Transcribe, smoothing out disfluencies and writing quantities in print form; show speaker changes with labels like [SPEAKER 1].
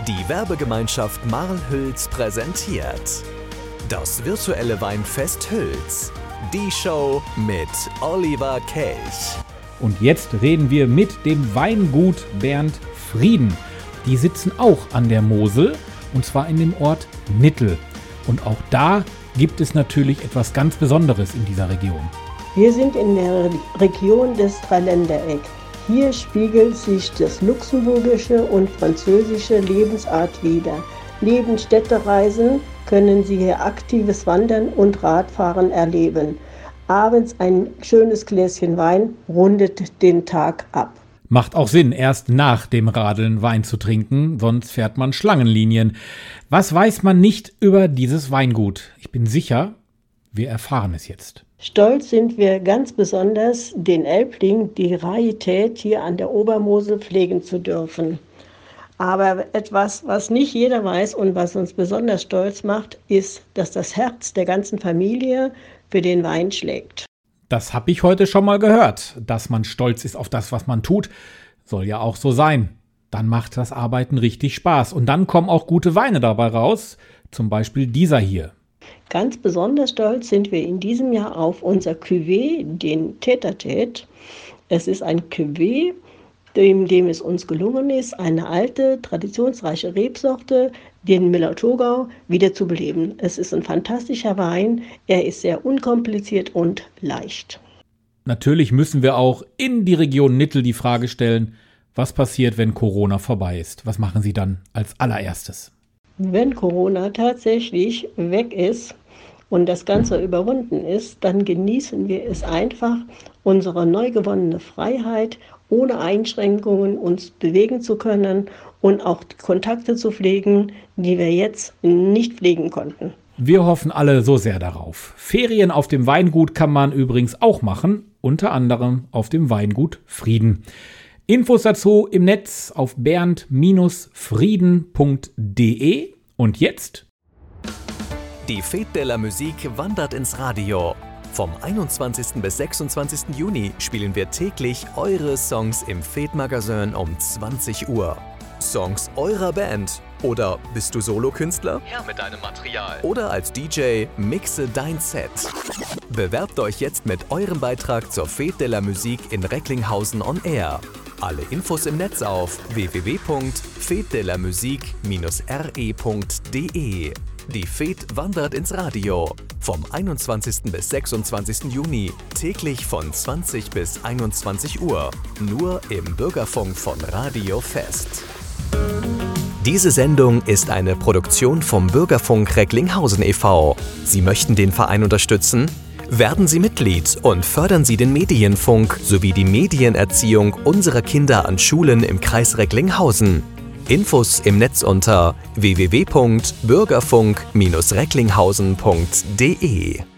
[SPEAKER 1] Die Werbegemeinschaft Marl-Hüls präsentiert das virtuelle Weinfest Hüls. Die Show mit Oliver Kelch.
[SPEAKER 2] Und jetzt reden wir mit dem Weingut Bernd Frieden. Die sitzen auch an der Mosel, und zwar in dem Ort Nittel. Und auch da gibt es natürlich etwas ganz Besonderes in dieser Region.
[SPEAKER 3] Wir sind in der Region des Dreiländereck. Hier spiegelt sich das luxemburgische und französische Lebensart wider. Neben Städtereisen können Sie hier aktives Wandern und Radfahren erleben. Abends ein schönes Gläschen Wein rundet den Tag ab.
[SPEAKER 2] Macht auch Sinn, erst nach dem Radeln Wein zu trinken, sonst fährt man Schlangenlinien. Was weiß man nicht über dieses Weingut? Ich bin sicher, wir erfahren es jetzt.
[SPEAKER 3] Stolz sind wir ganz besonders, den Elbling, die Rarität hier an der Obermosel pflegen zu dürfen. Aber etwas, was nicht jeder weiß und was uns besonders stolz macht, ist, dass das Herz der ganzen Familie für den Wein schlägt.
[SPEAKER 2] Das habe ich heute schon mal gehört. Dass man stolz ist auf das, was man tut, soll ja auch so sein. Dann macht das Arbeiten richtig Spaß. Und dann kommen auch gute Weine dabei raus. Zum Beispiel dieser hier.
[SPEAKER 3] Ganz besonders stolz sind wir in diesem Jahr auf unser Cuvée, den Tête-à-Tête. Es ist ein Cuvée, dem es uns gelungen ist, eine alte, traditionsreiche Rebsorte, den Müller-Thurgau, wieder zu beleben. Es ist ein fantastischer Wein, er ist sehr unkompliziert und leicht.
[SPEAKER 2] Natürlich müssen wir auch in die Region Nittel die Frage stellen, was passiert, wenn Corona vorbei ist? Was machen Sie dann als allererstes?
[SPEAKER 3] Wenn Corona tatsächlich weg ist und das Ganze überwunden ist, dann genießen wir es einfach, unsere neu gewonnene Freiheit ohne Einschränkungen uns bewegen zu können und auch Kontakte zu pflegen, die wir jetzt nicht pflegen konnten.
[SPEAKER 2] Wir hoffen alle so sehr darauf. Ferien auf dem Weingut kann man übrigens auch machen, unter anderem auf dem Weingut Frieden. Infos dazu im Netz auf bernd-frieden.de. Und jetzt?
[SPEAKER 1] Die Fête de la Musique wandert ins Radio. Vom 21. bis 26. Juni spielen wir täglich eure Songs im Fête-Magazin um 20 Uhr. Songs eurer Band. Oder bist du Solokünstler? Her mit deinem Material. Oder als DJ mixe dein Set. Bewerbt euch jetzt mit eurem Beitrag zur Fête de la Musique in Recklinghausen on Air. Alle Infos im Netz auf www.fetdelamusique-re.de. Die Fête wandert ins Radio. Vom 21. bis 26. Juni, täglich von 20 bis 21 Uhr. Nur im Bürgerfunk von Radio Fest. Diese Sendung ist eine Produktion vom Bürgerfunk Recklinghausen e.V. Sie möchten den Verein unterstützen? Werden Sie Mitglied und fördern Sie den Medienfunk sowie die Medienerziehung unserer Kinder an Schulen im Kreis Recklinghausen. Infos im Netz unter www.bürgerfunk-recklinghausen.de